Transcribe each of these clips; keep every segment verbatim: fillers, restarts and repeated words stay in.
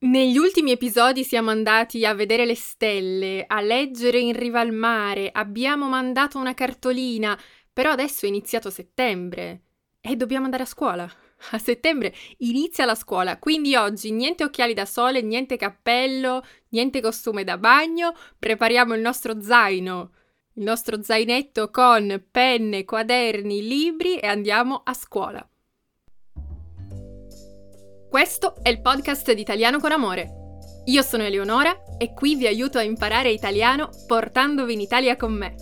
Negli ultimi episodi siamo andati a vedere le stelle, a leggere in riva al mare, abbiamo mandato una cartolina, però adesso è iniziato settembre e dobbiamo andare a scuola. A settembre inizia la scuola, quindi oggi niente occhiali da sole, niente cappello, niente costume da bagno, prepariamo il nostro zaino, il nostro zainetto con penne, quaderni, libri e andiamo a scuola. Questo è il podcast di Italiano con Amore. Io sono Eleonora e qui vi aiuto a imparare italiano portandovi in Italia con me.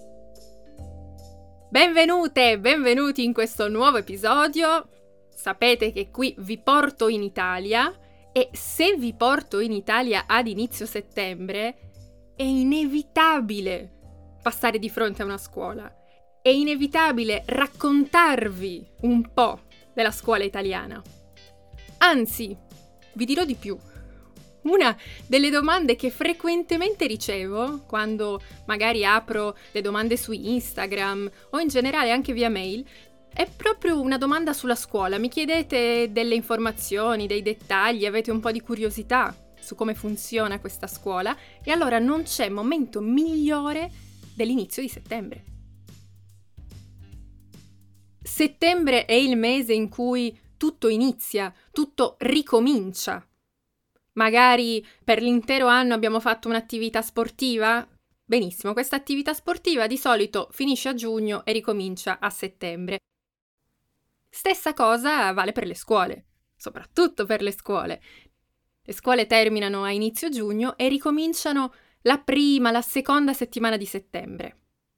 Benvenute e benvenuti in questo nuovo episodio. Sapete che qui vi porto in Italia e se vi porto in Italia ad inizio settembre è inevitabile passare di fronte a una scuola. È inevitabile raccontarvi un po' della scuola italiana. Anzi, vi dirò di più. Una delle domande che frequentemente ricevo quando magari apro le domande su Instagram o in generale anche via mail è proprio una domanda sulla scuola. Mi chiedete delle informazioni, dei dettagli, avete un po' di curiosità su come funziona questa scuola e allora non c'è momento migliore dell'inizio di settembre. Settembre è il mese in cui tutto inizia, tutto ricomincia. Magari per l'intero anno abbiamo fatto un'attività sportiva? Benissimo, questa attività sportiva di solito finisce a giugno e ricomincia a settembre. Stessa cosa vale per le scuole, soprattutto per le scuole. Le scuole terminano a inizio giugno e ricominciano la prima, la seconda settimana di settembre.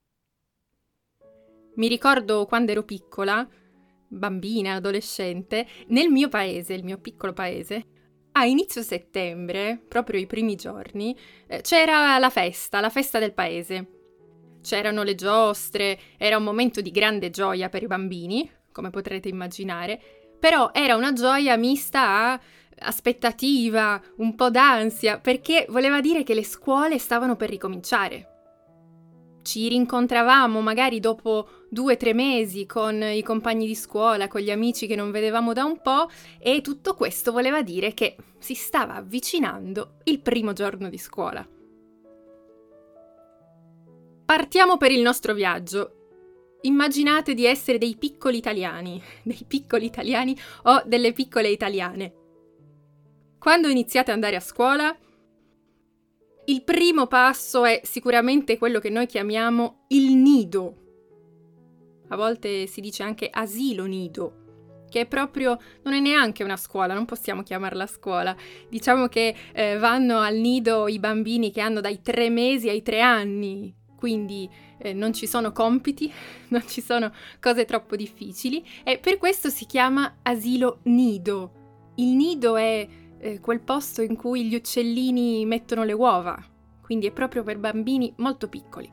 Mi ricordo quando ero piccola, bambina, adolescente, nel mio paese, il mio piccolo paese, a inizio settembre, proprio i primi giorni, eh, c'era la festa, la festa del paese. C'erano le giostre, era un momento di grande gioia per i bambini, come potrete immaginare, però era una gioia mista a aspettativa, un po' d'ansia, perché voleva dire che le scuole stavano per ricominciare. Ci rincontravamo magari dopo due o tre mesi con i compagni di scuola, con gli amici che non vedevamo da un po' e tutto questo voleva dire che si stava avvicinando il primo giorno di scuola. Partiamo per il nostro viaggio. Immaginate di essere dei piccoli italiani, dei piccoli italiani o delle piccole italiane. Quando iniziate ad andare a scuola, il primo passo è sicuramente quello che noi chiamiamo il nido. A volte si dice anche asilo nido, che è proprio, non è neanche una scuola, non possiamo chiamarla scuola. Diciamo che eh, vanno al nido i bambini che hanno dai tre mesi ai tre anni, quindi eh, non ci sono compiti, non ci sono cose troppo difficili e per questo si chiama asilo nido. Il nido è quel posto in cui gli uccellini mettono le uova, quindi è proprio per bambini molto piccoli.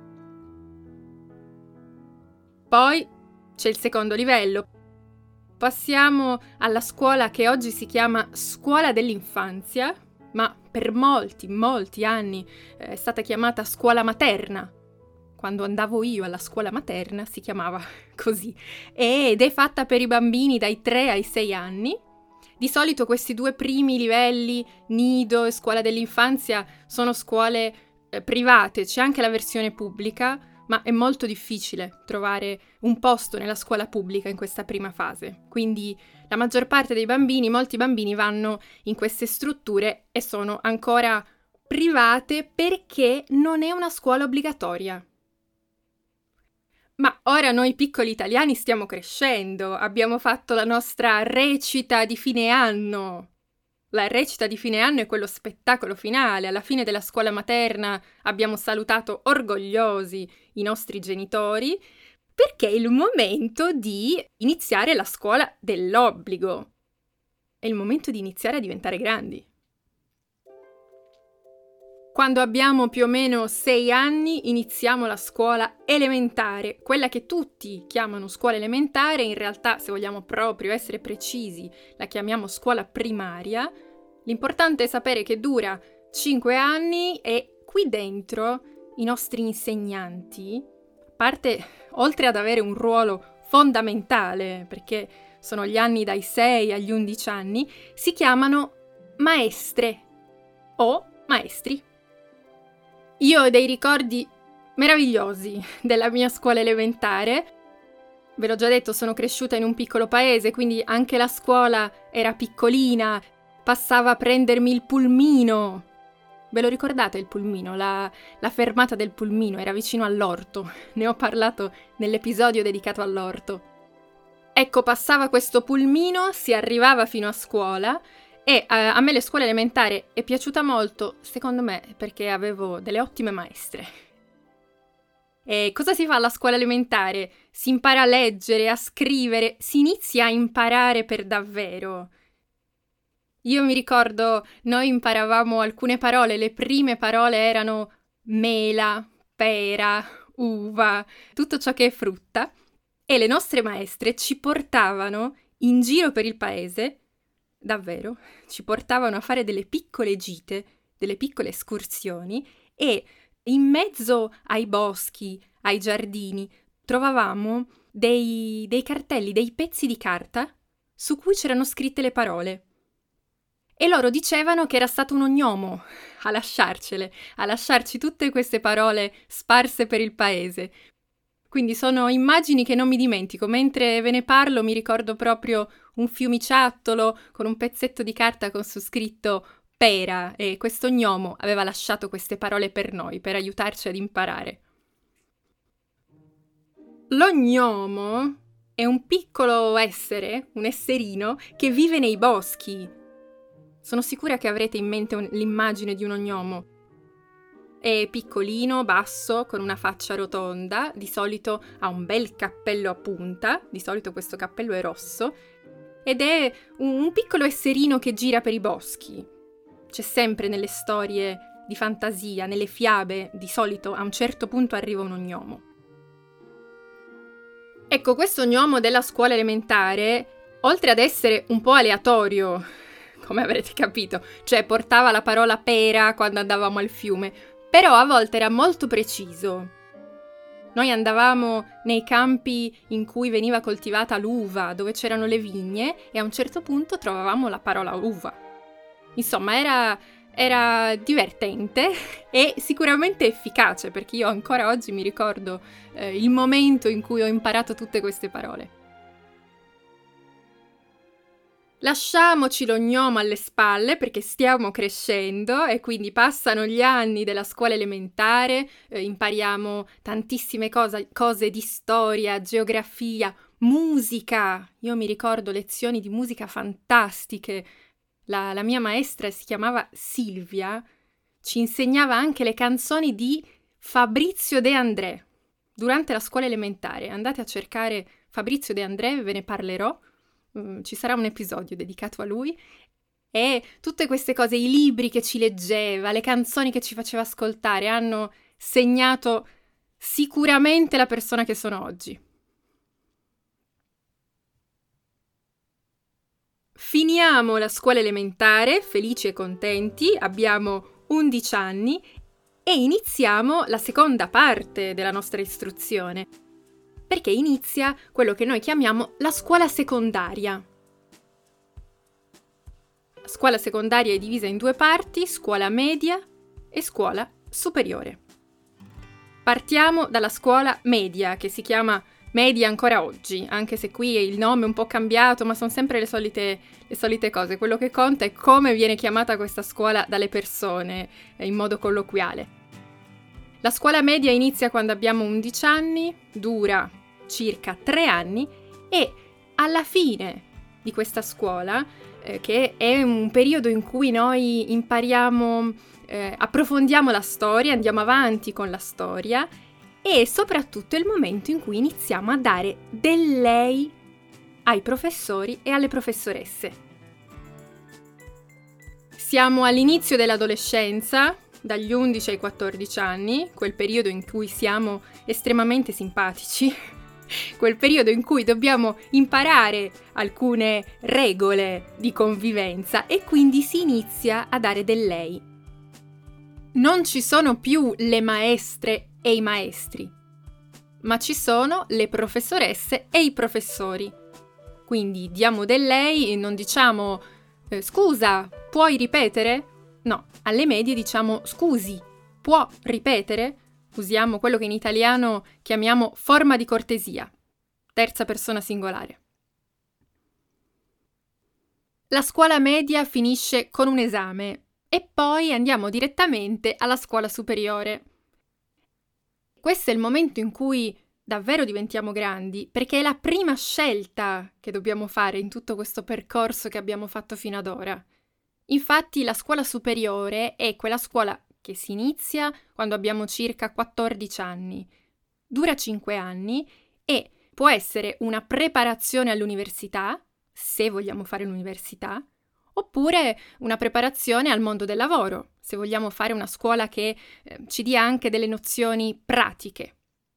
Poi c'è il secondo livello. Passiamo alla scuola che oggi si chiama scuola dell'infanzia, ma per molti, molti anni è stata chiamata scuola materna. Quando andavo io alla scuola materna si chiamava così ed è fatta per i bambini dai tre ai sei anni. Di solito questi due primi livelli, nido e scuola dell'infanzia, sono scuole eh, private, c'è anche la versione pubblica, ma è molto difficile trovare un posto nella scuola pubblica in questa prima fase. Quindi la maggior parte dei bambini, molti bambini vanno in queste strutture e sono ancora private perché non è una scuola obbligatoria. Ma ora noi piccoli italiani stiamo crescendo, abbiamo fatto la nostra recita di fine anno. La recita di fine anno è quello spettacolo finale, alla fine della scuola materna abbiamo salutato orgogliosi i nostri genitori, perché è il momento di iniziare la scuola dell'obbligo. È il momento di iniziare a diventare grandi. Quando abbiamo più o meno sei anni iniziamo la scuola elementare, quella che tutti chiamano scuola elementare, in realtà se vogliamo proprio essere precisi la chiamiamo scuola primaria. L'importante è sapere che dura cinque anni e qui dentro i nostri insegnanti, a parte oltre ad avere un ruolo fondamentale, perché sono gli anni dai sei agli undici anni, si chiamano maestre o maestri. Io ho dei ricordi meravigliosi della mia scuola elementare. Ve l'ho già detto, sono cresciuta in un piccolo paese, quindi anche la scuola era piccolina, passava a prendermi il pulmino. Ve lo ricordate il pulmino? La, la fermata del pulmino era vicino all'orto, ne ho parlato nell'episodio dedicato all'orto. Ecco, passava questo pulmino, si arrivava fino a scuola e eh, a me la scuola elementare è piaciuta molto, secondo me, perché avevo delle ottime maestre. E cosa si fa alla scuola elementare? Si impara a leggere, a scrivere, si inizia a imparare per davvero. Io mi ricordo, noi imparavamo alcune parole, le prime parole erano mela, pera, uva, tutto ciò che è frutta, e le nostre maestre ci portavano in giro per il paese, davvero, ci portavano a fare delle piccole gite, delle piccole escursioni, e in mezzo ai boschi, ai giardini, trovavamo dei, dei cartelli, dei pezzi di carta su cui c'erano scritte le parole. E loro dicevano che era stato un ognomo a lasciarcele, a lasciarci tutte queste parole sparse per il paese. Quindi sono immagini che non mi dimentico. Mentre ve ne parlo mi ricordo proprio un fiumiciattolo con un pezzetto di carta con su scritto pera, e questo gnomo aveva lasciato queste parole per noi, per aiutarci ad imparare. Lo gnomo è un piccolo essere, un esserino, che vive nei boschi. Sono sicura che avrete in mente un, l'immagine di uno gnomo. È piccolino, basso, con una faccia rotonda, di solito ha un bel cappello a punta, di solito questo cappello è rosso, ed è un, un piccolo esserino che gira per i boschi. C'è sempre nelle storie di fantasia, nelle fiabe, di solito a un certo punto arriva uno gnomo. Ecco, questo gnomo della scuola elementare, oltre ad essere un po' aleatorio, come avrete capito, cioè portava la parola pera quando andavamo al fiume, però a volte era molto preciso. Noi andavamo nei campi in cui veniva coltivata l'uva, dove c'erano le vigne, e a un certo punto trovavamo la parola uva. Insomma, era, era divertente e sicuramente efficace, perché io ancora oggi mi ricordo eh, il momento in cui ho imparato tutte queste parole. Lasciamoci lo gnomo alle spalle perché stiamo crescendo e quindi passano gli anni della scuola elementare, eh, impariamo tantissime cose, cose di storia, geografia, musica. Io mi ricordo lezioni di musica fantastiche. La, la mia maestra si chiamava Silvia, ci insegnava anche le canzoni di Fabrizio De André durante la scuola elementare. Andate a cercare Fabrizio De André, ve ne parlerò, mm, ci sarà un episodio dedicato a lui. E tutte queste cose, i libri che ci leggeva, le canzoni che ci faceva ascoltare, hanno segnato sicuramente la persona che sono oggi. Finiamo la scuola elementare, felici e contenti, abbiamo undici anni e iniziamo la seconda parte della nostra istruzione, perché inizia quello che noi chiamiamo la scuola secondaria. La scuola secondaria è divisa in due parti, scuola media e scuola superiore. Partiamo dalla scuola media, che si chiama media ancora oggi, anche se qui il nome è un po' cambiato, ma sono sempre le solite, le solite cose. Quello che conta è come viene chiamata questa scuola dalle persone, in modo colloquiale. La scuola media inizia quando abbiamo undici anni, dura circa tre anni e alla fine di questa scuola, eh, che è un periodo in cui noi impariamo, eh, approfondiamo la storia, andiamo avanti con la storia, e soprattutto è il momento in cui iniziamo a dare del lei ai professori e alle professoresse. Siamo all'inizio dell'adolescenza, dagli undici ai quattordici anni, quel periodo in cui siamo estremamente simpatici, quel periodo in cui dobbiamo imparare alcune regole di convivenza e quindi si inizia a dare del lei. Non ci sono più le maestre e i maestri, ma ci sono le professoresse e i professori. Quindi diamo del lei e non diciamo eh, scusa, puoi ripetere? No, alle medie diciamo scusi, può ripetere? Usiamo quello che in italiano chiamiamo forma di cortesia, terza persona singolare. La scuola media finisce con un esame e poi andiamo direttamente alla scuola superiore. Questo è il momento in cui davvero diventiamo grandi, perché è la prima scelta che dobbiamo fare in tutto questo percorso che abbiamo fatto fino ad ora. Infatti la scuola superiore è quella scuola che si inizia quando abbiamo circa quattordici anni, dura cinque anni e può essere una preparazione all'università, se vogliamo fare l'università, oppure una preparazione al mondo del lavoro, se vogliamo fare una scuola che eh, ci dia anche delle nozioni pratiche.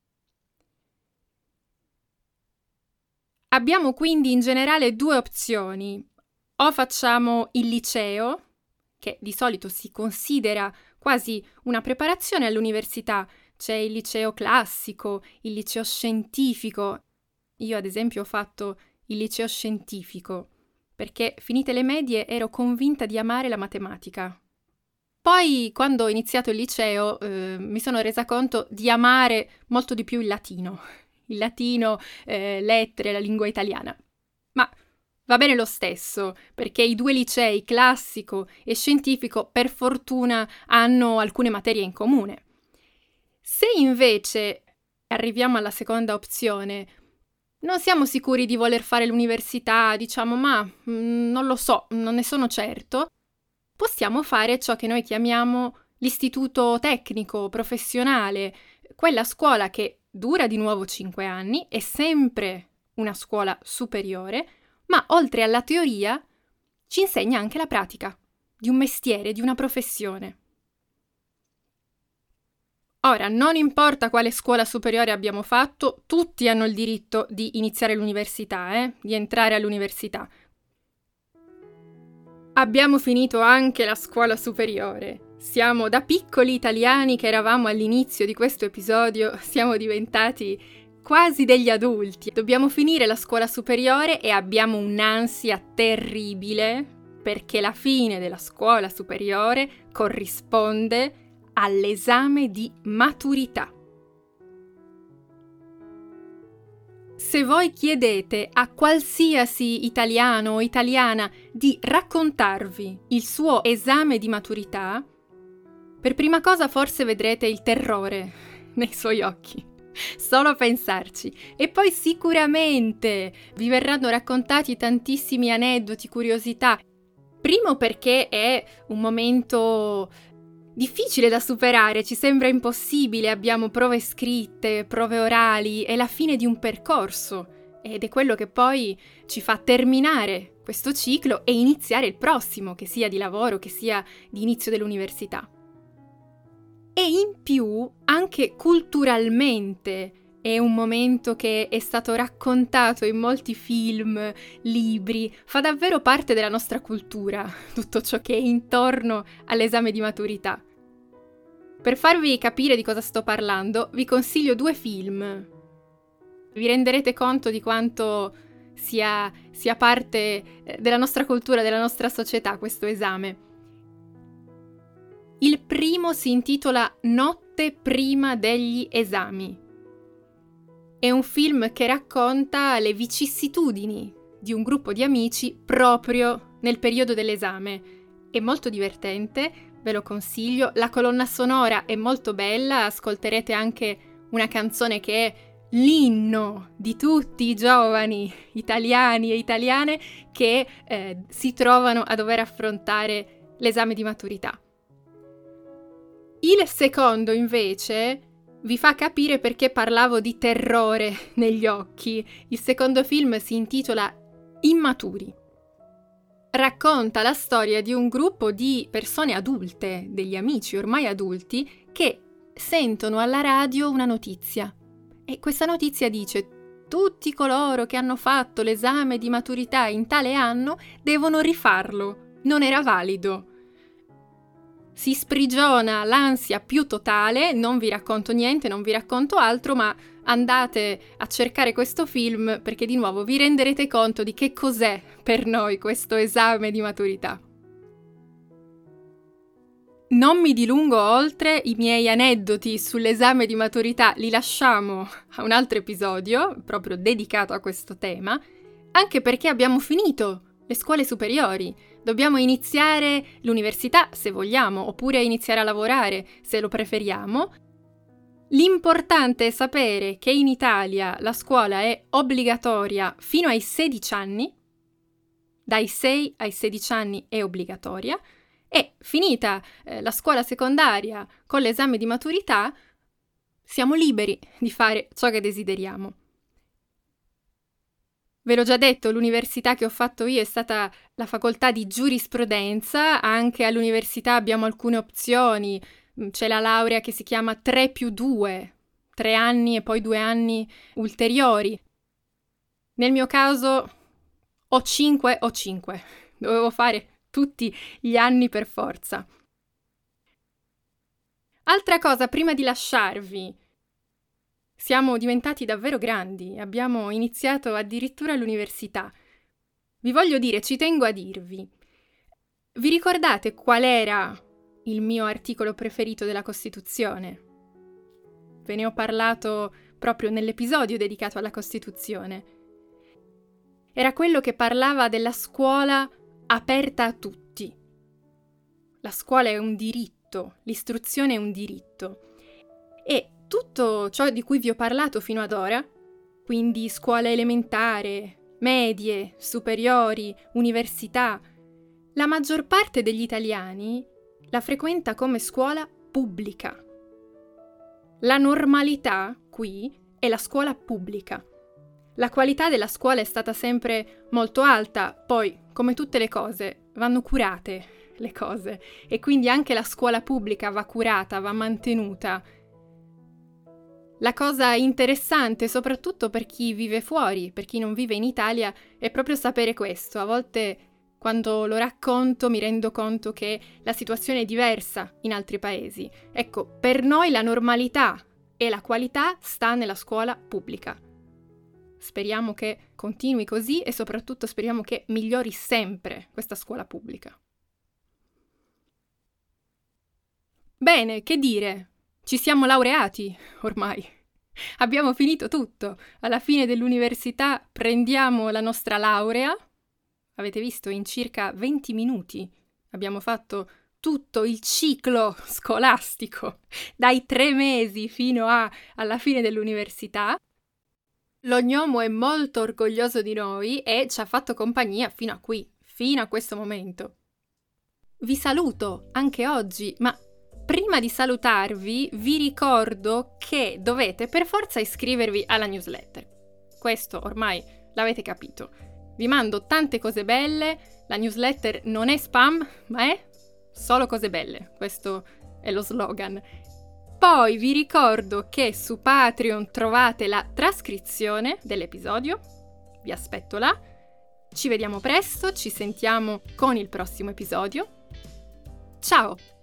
Abbiamo quindi in generale due opzioni. O facciamo il liceo, che di solito si considera quasi una preparazione all'università. C'è il liceo classico, il liceo scientifico. Io ad esempio ho fatto il liceo scientifico, perché finite le medie ero convinta di amare la matematica. Poi, quando ho iniziato il liceo, eh, mi sono resa conto di amare molto di più il latino. Il latino, eh, lettere, la lingua italiana. Ma va bene lo stesso, perché i due licei, classico e scientifico, per fortuna hanno alcune materie in comune. Se invece arriviamo alla seconda opzione, non siamo sicuri di voler fare l'università, diciamo ma mh, non lo so, non ne sono certo, possiamo fare ciò che noi chiamiamo l'istituto tecnico professionale, quella scuola che dura di nuovo cinque anni, è sempre una scuola superiore, ma oltre alla teoria ci insegna anche la pratica di un mestiere, di una professione. Ora, non importa quale scuola superiore abbiamo fatto, tutti hanno il diritto di iniziare l'università, eh? di entrare all'università. Abbiamo finito anche la scuola superiore. Siamo da piccoli italiani che eravamo all'inizio di questo episodio, siamo diventati quasi degli adulti. Dobbiamo finire la scuola superiore e abbiamo un'ansia terribile perché la fine della scuola superiore corrisponde all'esame di maturità. Se voi chiedete a qualsiasi italiano o italiana di raccontarvi il suo esame di maturità, per prima cosa forse vedrete il terrore nei suoi occhi, solo a pensarci. E poi sicuramente vi verranno raccontati tantissimi aneddoti, curiosità. Primo perché è un momento difficile da superare, ci sembra impossibile, abbiamo prove scritte, prove orali, è la fine di un percorso ed è quello che poi ci fa terminare questo ciclo e iniziare il prossimo, che sia di lavoro, che sia di inizio dell'università. E in più, anche culturalmente, è un momento che è stato raccontato in molti film, libri, fa davvero parte della nostra cultura, tutto ciò che è intorno all'esame di maturità. Per farvi capire di cosa sto parlando, vi consiglio due film. Vi renderete conto di quanto sia, sia parte della nostra cultura, della nostra società questo esame. Il primo si intitola Notte prima degli esami. È un film che racconta le vicissitudini di un gruppo di amici proprio nel periodo dell'esame. È molto divertente, ve lo consiglio. La colonna sonora è molto bella, ascolterete anche una canzone che è l'inno di tutti i giovani italiani e italiane che eh, si trovano a dover affrontare l'esame di maturità. Il secondo, invece, vi fa capire perché parlavo di terrore negli occhi. Il secondo film si intitola Immaturi. Racconta la storia di un gruppo di persone adulte, degli amici ormai adulti, che sentono alla radio una notizia. E questa notizia dice: tutti coloro che hanno fatto l'esame di maturità in tale anno devono rifarlo. Non era valido. Si sprigiona l'ansia più totale, non vi racconto niente, non vi racconto altro, ma andate a cercare questo film perché di nuovo vi renderete conto di che cos'è per noi questo esame di maturità. Non mi dilungo oltre, i miei aneddoti sull'esame di maturità li lasciamo a un altro episodio, proprio dedicato a questo tema, anche perché abbiamo finito le scuole superiori. Dobbiamo iniziare l'università, se vogliamo, oppure iniziare a lavorare, se lo preferiamo. L'importante è sapere che in Italia la scuola è obbligatoria fino ai sedici anni, dai sei ai sedici anni è obbligatoria, e finita eh, la scuola secondaria con l'esame di maturità, siamo liberi di fare ciò che desideriamo. Ve l'ho già detto, l'università che ho fatto io è stata la facoltà di giurisprudenza, anche all'università abbiamo alcune opzioni, c'è la laurea che si chiama tre più due, tre anni e poi due anni ulteriori. Nel mio caso o cinque o cinque, dovevo fare tutti gli anni per forza. Altra cosa, prima di lasciarvi, siamo diventati davvero grandi, abbiamo iniziato addirittura l'università. Vi voglio dire, ci tengo a dirvi, vi ricordate qual era il mio articolo preferito della Costituzione? Ve ne ho parlato proprio nell'episodio dedicato alla Costituzione. Era quello che parlava della scuola aperta a tutti. La scuola è un diritto, l'istruzione è un diritto. E tutto ciò di cui vi ho parlato fino ad ora, quindi scuola elementare, medie, superiori, università, la maggior parte degli italiani la frequenta come scuola pubblica. La normalità qui è la scuola pubblica. La qualità della scuola è stata sempre molto alta, poi, come tutte le cose, vanno curate le cose e quindi anche la scuola pubblica va curata, va mantenuta. La cosa interessante, soprattutto per chi vive fuori, per chi non vive in Italia, è proprio sapere questo. A volte, quando lo racconto, mi rendo conto che la situazione è diversa in altri paesi. Ecco, per noi la normalità e la qualità sta nella scuola pubblica. Speriamo che continui così e soprattutto speriamo che migliori sempre questa scuola pubblica. Bene, che dire? Ci siamo laureati ormai. Abbiamo finito tutto. Alla fine dell'università prendiamo la nostra laurea. Avete visto, in circa venti minuti abbiamo fatto tutto il ciclo scolastico, dai tre mesi fino a, alla fine dell'università. Lo gnomo è molto orgoglioso di noi e ci ha fatto compagnia fino a qui, fino a questo momento. Vi saluto anche oggi, ma prima di salutarvi vi ricordo che dovete per forza iscrivervi alla newsletter. Questo ormai l'avete capito. Vi mando tante cose belle, la newsletter non è spam, ma è solo cose belle. Questo è lo slogan. Poi vi ricordo che su Patreon trovate la trascrizione dell'episodio. Vi aspetto là. Ci vediamo presto, ci sentiamo con il prossimo episodio. Ciao!